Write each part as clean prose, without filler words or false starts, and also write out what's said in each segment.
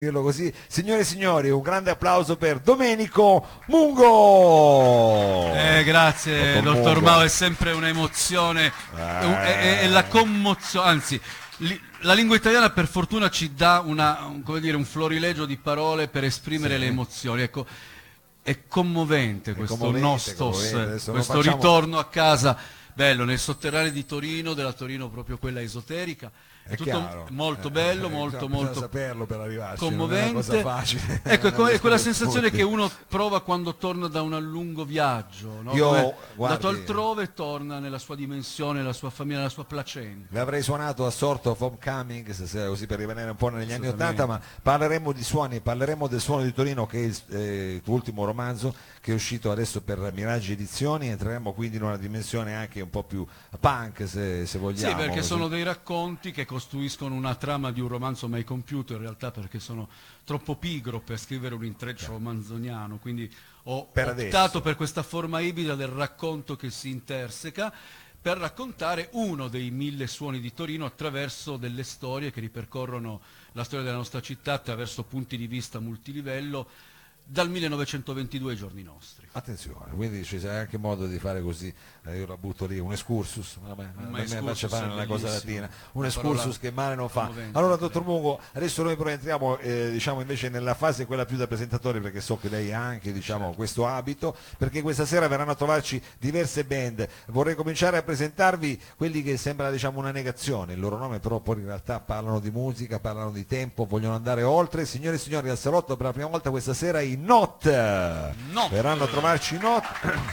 dirlo così. Signore e signori, un grande applauso per Domenico Mungo. Grazie, dottor Mungo. Mao, è sempre un'emozione e la commozione, anzi, la lingua italiana per fortuna ci dà come dire, un florilegio di parole per esprimere le emozioni. Ecco, è commovente questo commovente. nostos, Adesso non questo facciamo... ritorno a casa, bello, nel sotterraneo di Torino, della Torino proprio quella esoterica. È È tutto chiaro, molto bello, bisogna saperlo per arrivarci, non è una cosa commovente. facile. Ecco, Non è quella per sensazione tutti. che uno prova quando torna da un lungo viaggio, no? Io, Dove guardi, dato altrove torna nella sua dimensione, la sua famiglia, la sua placenta. le avrei suonato a Sort of Homecoming, stasera, così per rimanere un po' negli anni Assolutamente. '80, ma parleremo di suoni, parleremo del Suono di Torino, che è il tuo ultimo romanzo, che è uscito adesso per Miraggi Edizioni. Entreremo quindi in una dimensione anche un po' più punk, se vogliamo. Sì, perché così. sono dei racconti che costruiscono una trama di un romanzo mai compiuto, in realtà perché sono troppo pigro per scrivere un intreccio manzoniano, quindi ho Per optato adesso. per questa forma ibrida del racconto che si interseca per raccontare uno dei 1000 suoni di Torino attraverso delle storie che ripercorrono la storia della nostra città attraverso punti di vista multilivello dal 1922 ai giorni nostri. Attenzione, quindi ci sarà anche modo di fare così, io la butto lì, un excursus, vabbè, Un non mi excursus faccia fare è una cosa bellissimo, latina, un una excursus parola che male non fa. commovente. Allora, dottor Mungo, adesso noi però entriamo diciamo invece nella fase quella più da presentatore, perché so che lei ha anche diciamo, questo abito, perché questa sera verranno a trovarci diverse band. Vorrei cominciare a presentarvi quelli che sembra diciamo una negazione, il loro nome però poi in realtà parlano di musica, parlano di tempo, vogliono andare oltre. Signore e signori, al salotto per la prima volta questa sera i Not. No! Verranno a trovarci i Not.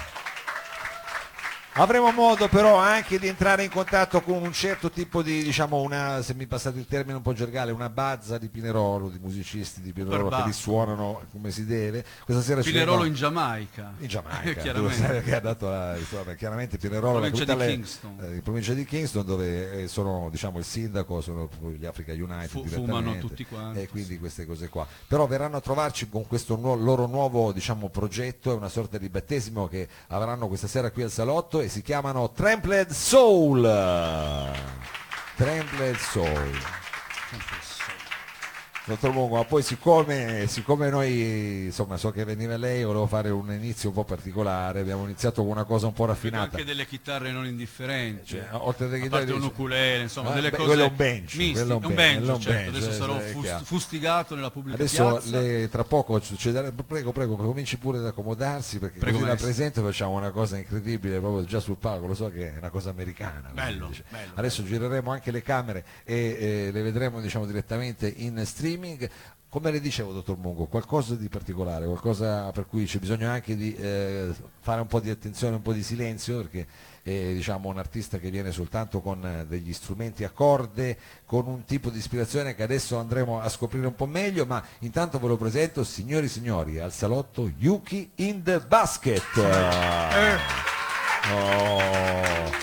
Avremo modo però anche di entrare in contatto con un certo tipo di, diciamo, una, se mi passate il termine un po' gergale, una bazza di Pinerolo, di musicisti di Pinerolo che li suonano come si deve. Questa sera ci Pinerolo vengono in Giamaica. in Giamaica, Chiaramente. che ha dato insomma, chiaramente Pinerolo, Provincia tutta di Kingston. in provincia di Kingston, dove sono diciamo il sindaco, sono proprio gli Africa United Fumano direttamente, tutti quanti. e quindi queste cose qua. Però verranno a trovarci con questo loro nuovo diciamo, progetto, è una sorta di battesimo che avranno questa sera qui al salotto e si chiamano Trampled Soul. Trampled Soul. Dottor Mungo, ma poi siccome noi, insomma, so che veniva lei, volevo fare un inizio un po' particolare, abbiamo iniziato con una cosa un po' Vedo raffinata. anche delle chitarre non indifferenti, Cioè, oltre alle a chitarre parte un dice- uculele, insomma, delle cose quello è un bench, misti, quello è un un bench, banjo, certo, adesso è sarò chiaro. fustigato nella pubblica Adesso piazza. tra poco succederà, prego, cominci pure ad accomodarsi perché Prego, così la maestro. presento e facciamo una cosa incredibile proprio già sul palco, lo so che è una cosa americana. Bello, dice. bello, Adesso gireremo anche le camere e le vedremo diciamo, direttamente in streaming. Come le dicevo, dottor Mungo, qualcosa di particolare, qualcosa per cui c'è bisogno anche di fare un po' di attenzione, un po' di silenzio, perché è diciamo, un artista che viene soltanto con degli strumenti a corde, con un tipo di ispirazione che adesso andremo a scoprire un po' meglio, ma intanto ve lo presento, signori e signori, al salotto Yuki in the Basket. Oh.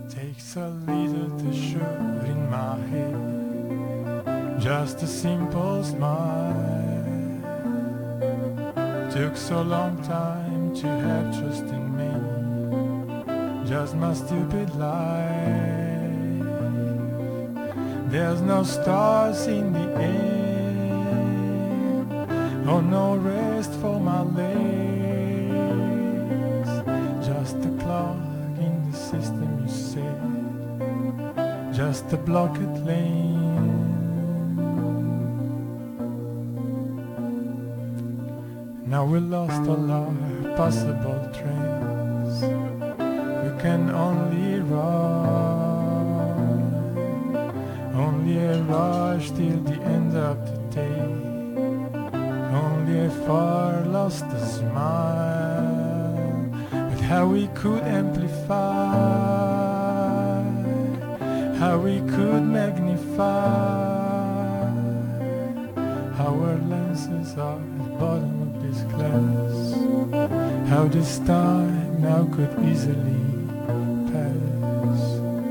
Takes a little to shoot in my head, just a simple smile. Took so long time to have trust in me, just my stupid life. There's no stars in the air, oh no rest for my legs, just a clock in the system you said, just a blocked lane. Now we lost all our possible trains, we can only run, only a rush till the end of the day, only a far lost a smile, but how we could amplify, how we could magnify, our lenses are at the bottom of this glass, how this time now could easily pass.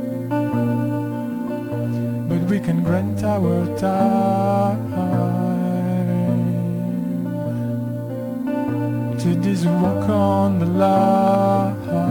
But we can grant our time to this walk on the line.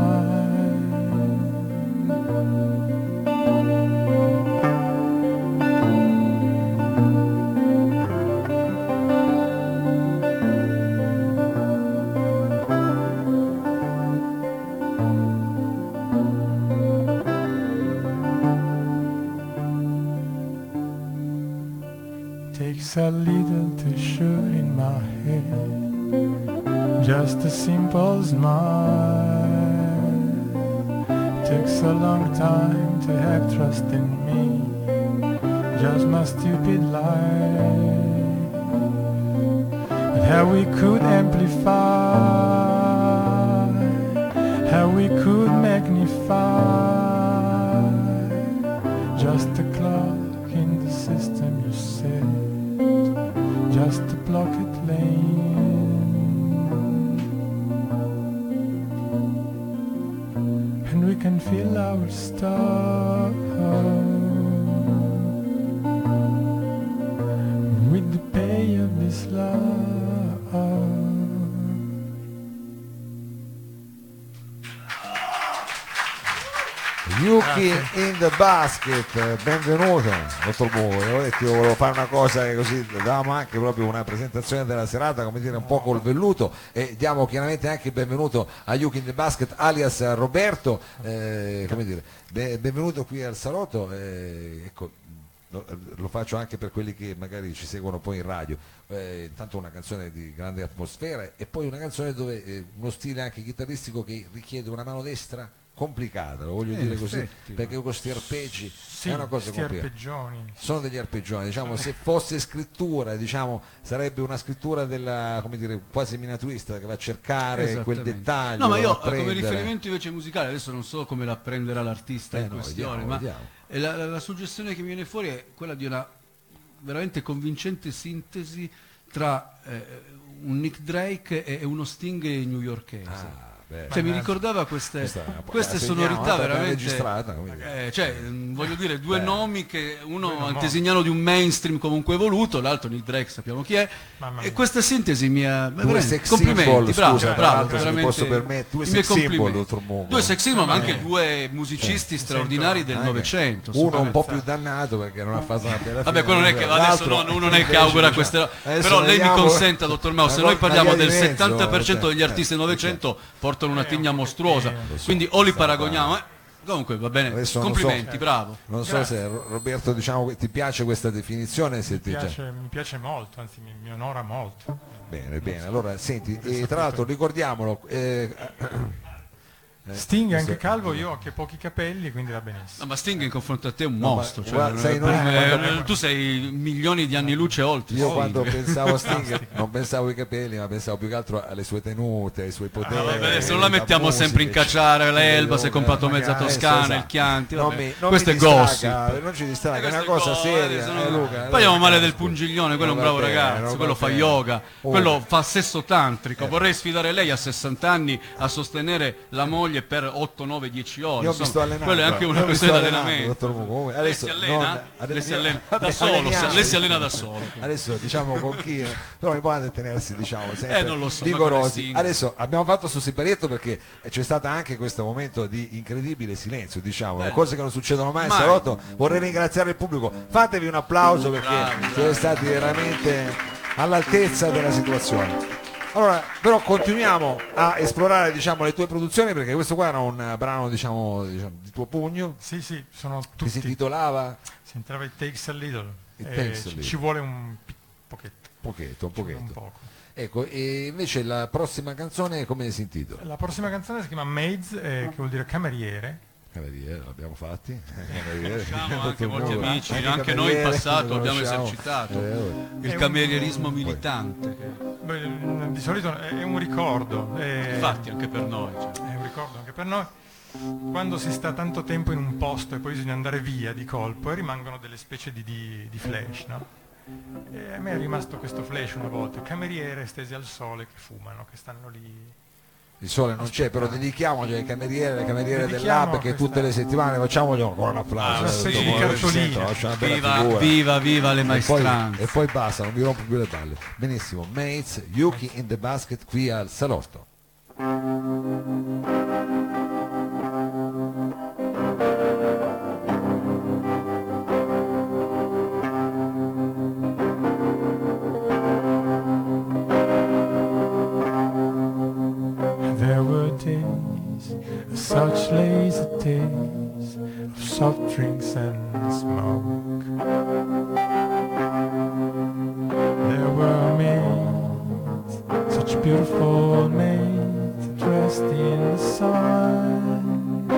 Takes a little to shoot in my head, just a simple smile. Takes a long time to have trust in me, just my stupid life. But how we could amplify, how we could magnify, just a clock in the system you said, just a blocked lane. And we can feel our stars with the pay of this love. Yuki in the Basket, benvenuto dottor Mungo. Io volevo fare una cosa che così davamo anche proprio una presentazione della serata, come dire, un po' col velluto, e diamo chiaramente anche il benvenuto a Yuki in the Basket alias Roberto, come dire, benvenuto qui al salotto, ecco, lo faccio anche per quelli che magari ci seguono poi in radio. Intanto una canzone di grande atmosfera e poi una canzone dove uno stile anche chitarristico che richiede una mano destra complicata, lo voglio dire così, effetti, perché con questi arpeggi Sì, è una cosa questi complicata. arpeggioni. Sono degli arpeggioni, diciamo, se fosse scrittura, diciamo, sarebbe una scrittura della, come dire, quasi miniaturista, che va a cercare quel Esattamente. dettaglio. No, ma io va a come prendere. riferimento invece musicale, adesso non so come la prenderà l'artista in No, questione, vediamo, ma vediamo. la suggestione che mi viene fuori è quella di una veramente convincente sintesi tra un Nick Drake e uno Sting newyorkese. Beh, Cioè, mi ricordava queste segniamo, sonorità l'abbiamo veramente registrata, quindi. voglio dire, due nomi che uno Due antesignano di un mainstream comunque evoluto, l'altro Nick Drake sappiamo chi è, Mamma e mia. questa sintesi mi ha Due sex complimenti, symbol, bravo, scusa, tra bravo, l'altro, se mi veramente posso permettere, due i miei sex symbol, complimenti. dottor Mungo. Due sex symbol, ma anche due musicisti straordinari del anche Novecento. uno un po' più dannato perché non ha fatto una bella Vabbè, quello non è che adesso uno non è che augura queste però lei mi consenta, dottor Mao, se noi parliamo del 70% degli artisti del Novecento portano una tigna mostruosa, quindi o li paragoniamo, comunque va bene, Adesso non complimenti, so- bravo. Non so se Roberto, diciamo, ti piace questa definizione, se ti Mi piace molto, anzi mi onora molto. Bene, bene, allora senti, e tra l'altro ricordiamolo, Sting è anche questo- calvo, io ho anche pochi capelli, quindi va No, benissimo. ma Sting in confronto a te è un No, ma mostro, cioè, guarda, sai, noi quando- tu sei milioni di anni luce oltre. io Sting. quando pensavo a Sting non pensavo ai capelli, ma pensavo più che altro alle sue tenute, ai suoi poteri. Vabbè, adesso non la alla mettiamo musica, sempre in cacciare l'Elba, si è comprato magari, mezza Toscana, esatto. il Chianti, Non vabbè. non Questo è mi distraga, gossip. non ci distraga, è Questo una cosa gossip, seria, sono- Luca. Poi andiamo male del scusa. pungiglione, quello è un bravo va bene, ragazzo, non quello va fa bene. yoga, Oh. quello fa sesso tantrico. Vorrei sfidare lei a 60 anni a sostenere la moglie moglie per 8, 9, 10 ore. Io mi Insomma, sto allenando. quello è anche una Io mi questione di sto allenando, allenamento. dottor Mugo. Lei si allena? Lei si allena da solo, alleniamo. lei si allena da solo. Adesso diciamo con chi, però l'importante è tenersi, diciamo, sempre Non lo so, vigorosi. ma Adesso abbiamo fatto sul siparietto perché c'è stato anche questo momento di incredibile silenzio, diciamo, cose che non succedono mai a Mai. Salotto. Vorrei ringraziare il pubblico, fatevi un applauso perché Bravi, siete stati veramente all'altezza della situazione. Allora, però continuiamo a esplorare, diciamo, le tue produzioni, perché questo qua era un brano, diciamo di tuo pugno, Sì, sì, sono che si tutti. intitolava Si entrava It Takes a Little. It Takes a Ci Little. vuole un pochetto. un Ci vuole un pochetto. poco. Ecco, e invece la prossima canzone come si intitola? La prossima canzone si chiama Maids, che vuol dire cameriere. Cameriere, l'abbiamo fatti. Conosciamo anche molti Dottor amici, Mugo, anche noi in cameriere, passato lo abbiamo conosciamo. esercitato il un- camerierismo militante. Beh, di solito è un ricordo. Infatti anche per noi. Cioè. È un ricordo anche per noi. Quando si sta tanto tempo in un posto e poi bisogna andare via di colpo e rimangono delle specie di flash, no? E a me è rimasto questo flash una volta, cameriere stesi al sole che fumano, che stanno lì. Il sole non c'è, però dedichiamogli ai cameriere, alle cameriere Dedichiamo dell'Hub che questa- tutte le settimane facciamogli ancora un applauso. una specie di dottor Mugo, cartolina. sento, faccia una bella Viva, figura. viva, viva le E poi, maestranze. e poi basta, non mi rompo più le palle. Benissimo, Mates, Yuki in the Basket qui al Salotto. There were days, such lazy days of soft drinks and smoke. There were maids, such beautiful maids dressed in the sun.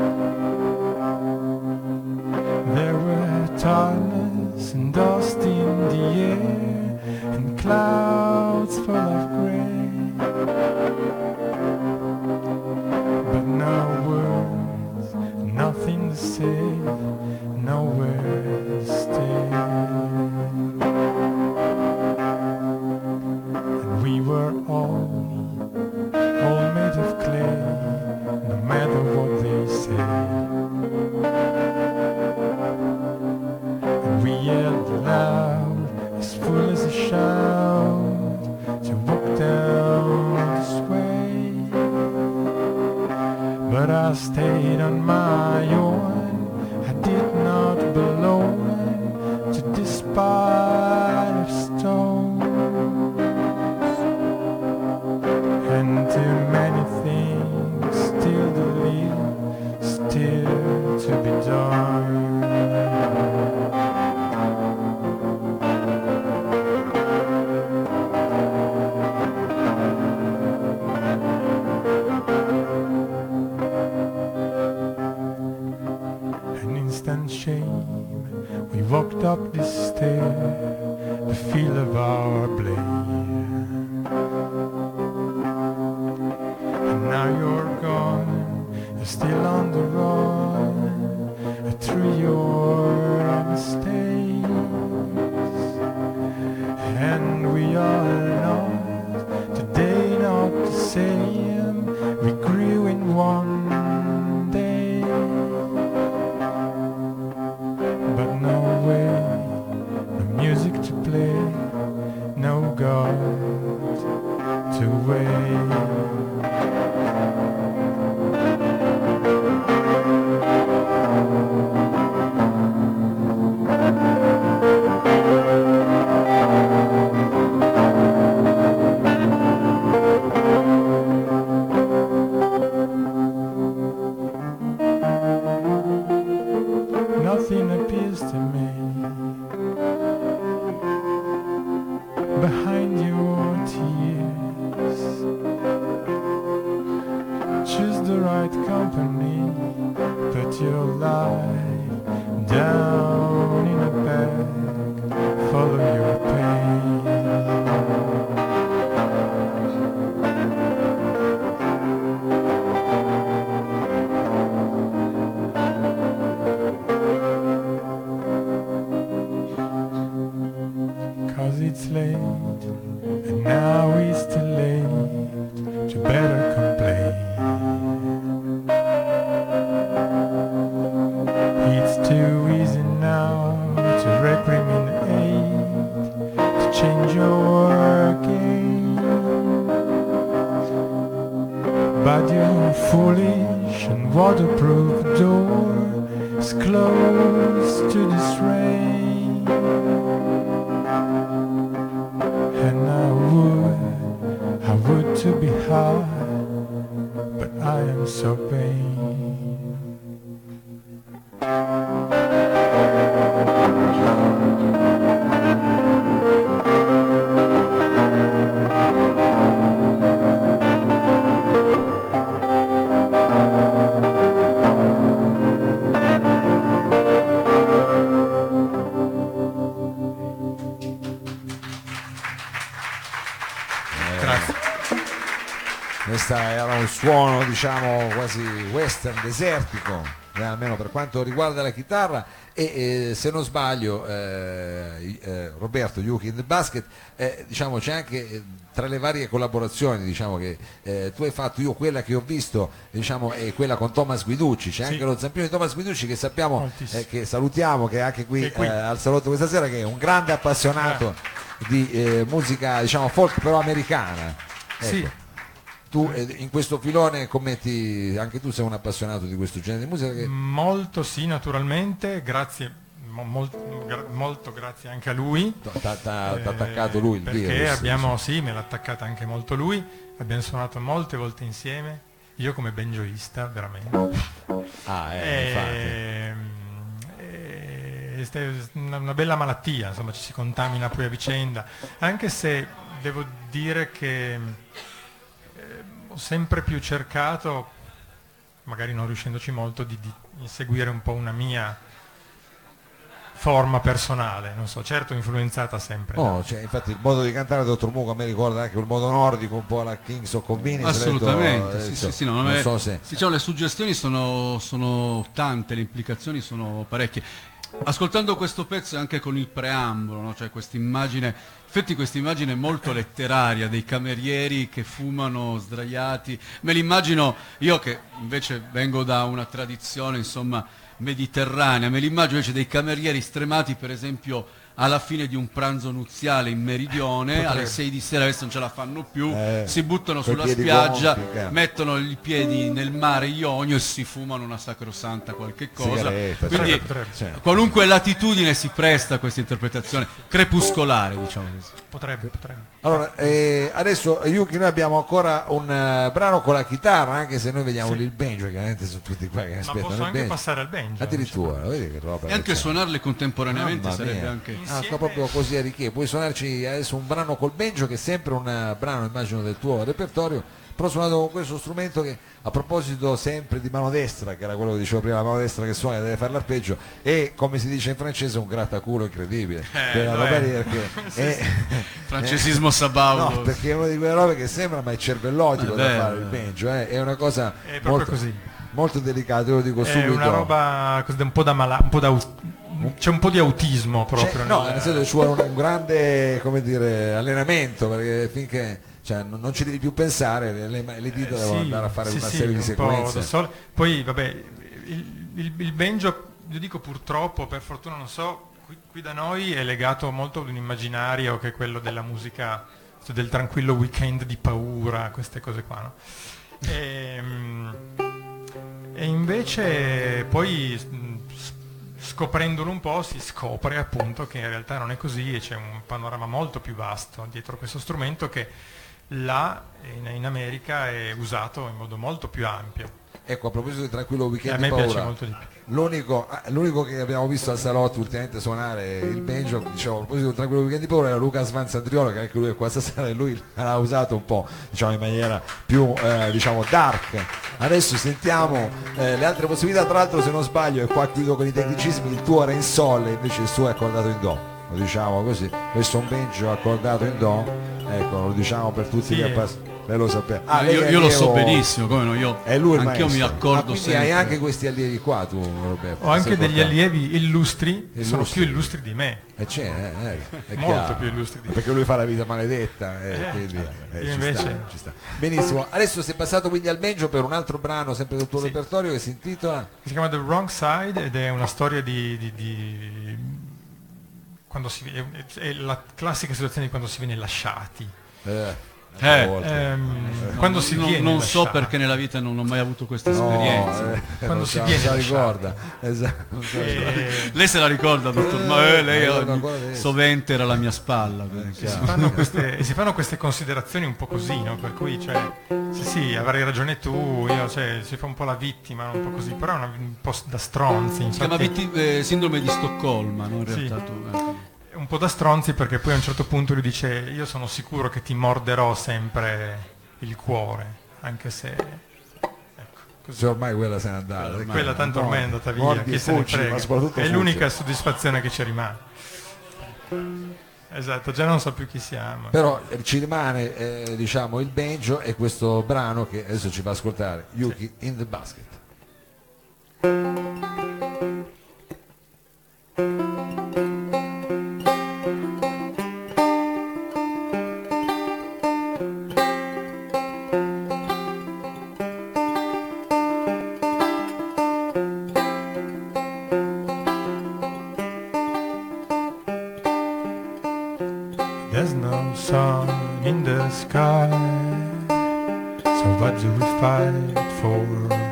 There were tireless and dust in the air and clouds full of gray. But no words, nothing to say, nowhere to stay. And we were all made of clay, no matter what they say. And we yelled loud, as full as a shout, to walk down this way. But I stayed on my own, I did not belong to this pile of stones. And too many things still to live, still to be done. An instant shame, we walked up the stair, the feel of our blame. And now you're gone, you're still on the run, through your mistakes. And we are not, today not the same, we grew in one day. But no way, no music to play, no God to wait. Nothing appears to me behind your tears. Choose the right company, put your life down in a bag, follow your pain. Cause it's late, and now it's too late to better complain. too easy now to recriminate, to change your working. But your foolish and waterproof door is closed to this rain. And I would to be high, but I am so vain. Questo era un suono, diciamo, quasi western, desertico, almeno per quanto riguarda la chitarra, e se non sbaglio Roberto Yuki in the Basket, diciamo, c'è anche tra le varie collaborazioni, diciamo, che tu hai fatto, io quella che ho visto, diciamo, è quella con Thomas Guiducci. C'è anche lo zampino di Thomas Guiducci, che sappiamo, che salutiamo, che è anche qui al salotto questa sera, che è un grande appassionato di musica, diciamo, folk, però americana. Ecco. Sì. Tu in questo filone commetti, anche tu sei un appassionato di questo genere di musica? Che... Molto, sì, naturalmente, grazie, molto grazie anche a lui. T'ha attaccato lui il perché virus? Abbiamo, sì, me l'ha attaccata anche molto lui, abbiamo suonato molte volte insieme, io come banjoista, veramente. È una bella malattia, insomma, ci si contamina poi a vicenda, anche se devo dire che ho sempre più cercato, magari non riuscendoci molto, di inseguire un po' una mia forma personale, non so, certo influenzata sempre. Cioè, infatti il modo di cantare del dottor Mugo a me ricorda anche quel modo nordico, un po' alla Kings of Convenience. Assolutamente, sì, non so se... diciamo, le suggestioni sono tante, le implicazioni sono parecchie. Ascoltando questo pezzo anche con il preambolo, no? Cioè questa immagine molto letteraria dei camerieri che fumano sdraiati, me l'immagino, io che invece vengo da una tradizione, insomma, mediterranea, me l'immagino invece dei camerieri stremati, per esempio alla fine di un pranzo nuziale in meridione, alle 6 di sera, adesso non ce la fanno più, si buttano sulla spiaggia, mettono i piedi nel mare Ionio e si fumano una sacrosanta qualche cosa. Quindi qualunque latitudine si presta a questa interpretazione crepuscolare, diciamo così. Potrebbe. Allora, adesso Yuki, noi abbiamo ancora un brano con la chitarra, anche se noi vediamo il banjo, chiaramente sono tutti qua che aspettano. Ma posso anche passare al banjo. Addirittura, vedi che roba. E anche suonarle contemporaneamente sarebbe anche... proprio così a richiede. Puoi suonarci adesso un brano col banjo, che è sempre un brano, immagino, del tuo repertorio, però suonato con questo strumento che, a proposito sempre di mano destra, che era quello che dicevo prima, la mano destra che suona deve fare l'arpeggio, e come si dice in francese un grattaculo incredibile. Francesismo sabaudo. No, perché è una di quelle robe che sembra, ma è cervellotico da fare il banjo, è una cosa molto, così, molto delicata, io lo dico subito. È una roba così, un po' da c'è un po' di autismo proprio. No, nel senso che ci vuole un grande, come dire, allenamento, perché finché, cioè, non ci devi più pensare, le dita devono andare a fare una serie di sequenze. Poi vabbè, il banjo, io dico purtroppo, per fortuna non so, qui da noi è legato molto ad un immaginario che è quello della musica, del tranquillo weekend di paura, queste cose qua, no? E invece poi scoprendolo un po' si scopre appunto che in realtà non è così, e c'è un panorama molto più vasto dietro questo strumento che là in America è usato in modo molto più ampio. Ecco, a proposito di tranquillo weekend di paura, piace molto di più. L'unico che abbiamo visto al salotto ultimamente suonare il banjo, diciamo, a proposito di tranquillo weekend di paura, era Luca Svanzandriolo, che anche lui è qua stasera, e lui l'ha usato un po', diciamo, in maniera più diciamo dark. Adesso sentiamo le altre possibilità. Tra l'altro, se non sbaglio, e qua chiudo con i tecnicismi, il tuo era in sol e invece il suo è accordato in do, lo diciamo così. Questo è un banjo accordato in do, ecco, lo diciamo per tutti gli appassionati. lei lo sapeva. Io lo so benissimo, come no, è lui il anch'io mi maestro. accorgo quindi sempre. hai anche questi allievi qua tu, Roberto? Ho anche Sei degli portato. allievi illustri, sono Illustri. più illustri di me. C'è, è Molto chiaro. più illustri di me. Perché lui fa la vita maledetta, quindi io ci invece- sta, ci sta. Benissimo, adesso sei passato quindi al Benjo per un altro brano sempre del tuo Sì. repertorio che si intitola Si chiama The Wrong Side ed è una storia quando è la classica situazione di quando si viene lasciati. altre volte. Quando si viene non so lasciati. perché nella vita non ho mai avuto questa No, esperienza. Quando non si se viene la lasciati. ricorda. Esatto, non se la ricorda. Lei se la ricorda, dottor, ma lei ricordo ancora adesso. sovente era alla mia spalla. Si fanno queste considerazioni un po' così, no? Per cui, cioè, sì, avrai ragione tu, si fa un po' la vittima, un po' così, però è un po' da stronzi. Si chiama infatti, sindrome di Stoccolma, no? In Sì. realtà un po' da stronzi perché poi a un certo punto lui dice io sono sicuro che ti morderò sempre il cuore, anche se... Ecco, così. Se ormai quella se n'è andata. Quella tanto ormai è andata via, mordi chi e se ne fuggi, ma frega. soprattutto È fuggi. l'unica soddisfazione che ci rimane. Esatto, già non so più chi siamo. Però ci rimane diciamo il Benjo e questo brano che adesso ci fa ascoltare, Yuki in the Basket. There's no sun in the sky, so what do we fight for?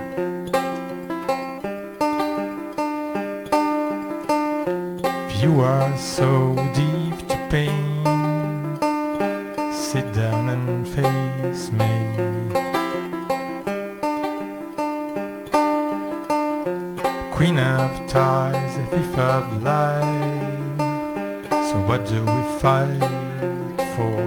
If you are so deep to pain, sit down and face me. Queen of ties, a thief of life, so what do we fight for?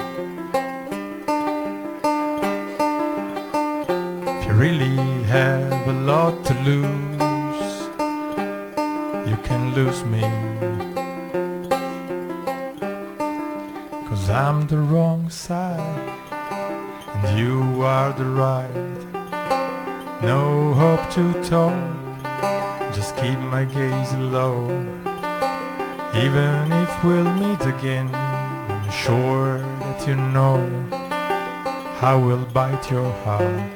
If you really have a lot to lose, you can lose me. 'Cause I'm the wrong side and you are the right. No hope to talk, just keep my gaze low. Even if we'll meet again, I'm sure that you know I will bite your heart.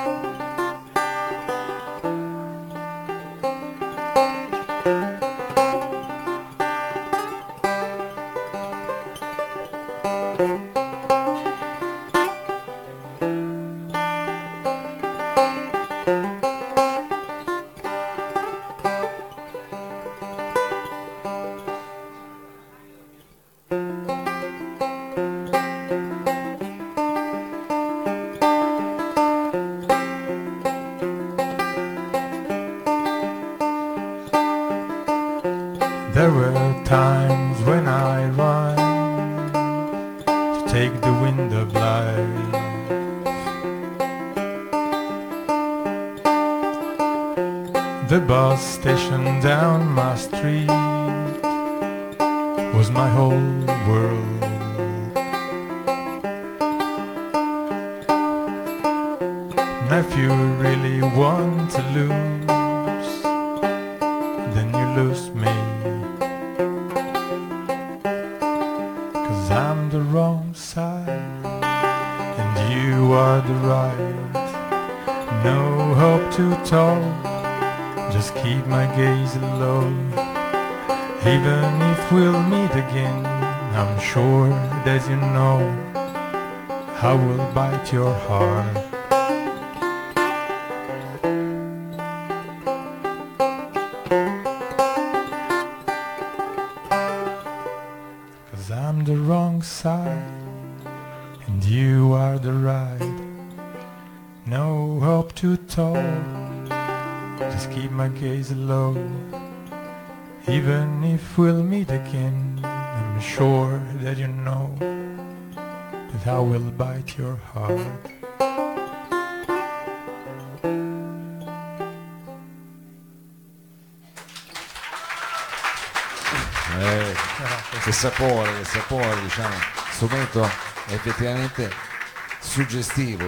There were times when I run to take the wind of life. The bus station down my street was my whole world. And if you really want to lose, then you lose me. 'Cause I'm the wrong side and you are the right. No hope to talk, just keep my gaze low. Even if we'll meet again, I'm sure that you know I will bite your heart. Cause I'm the wrong side and you are the right. No hope to talk, just keep my gaze low. Even if we'll meet again, I'm sure that you know that I will bite your heart. Che sapore, diciamo, strumento effettivamente suggestivo.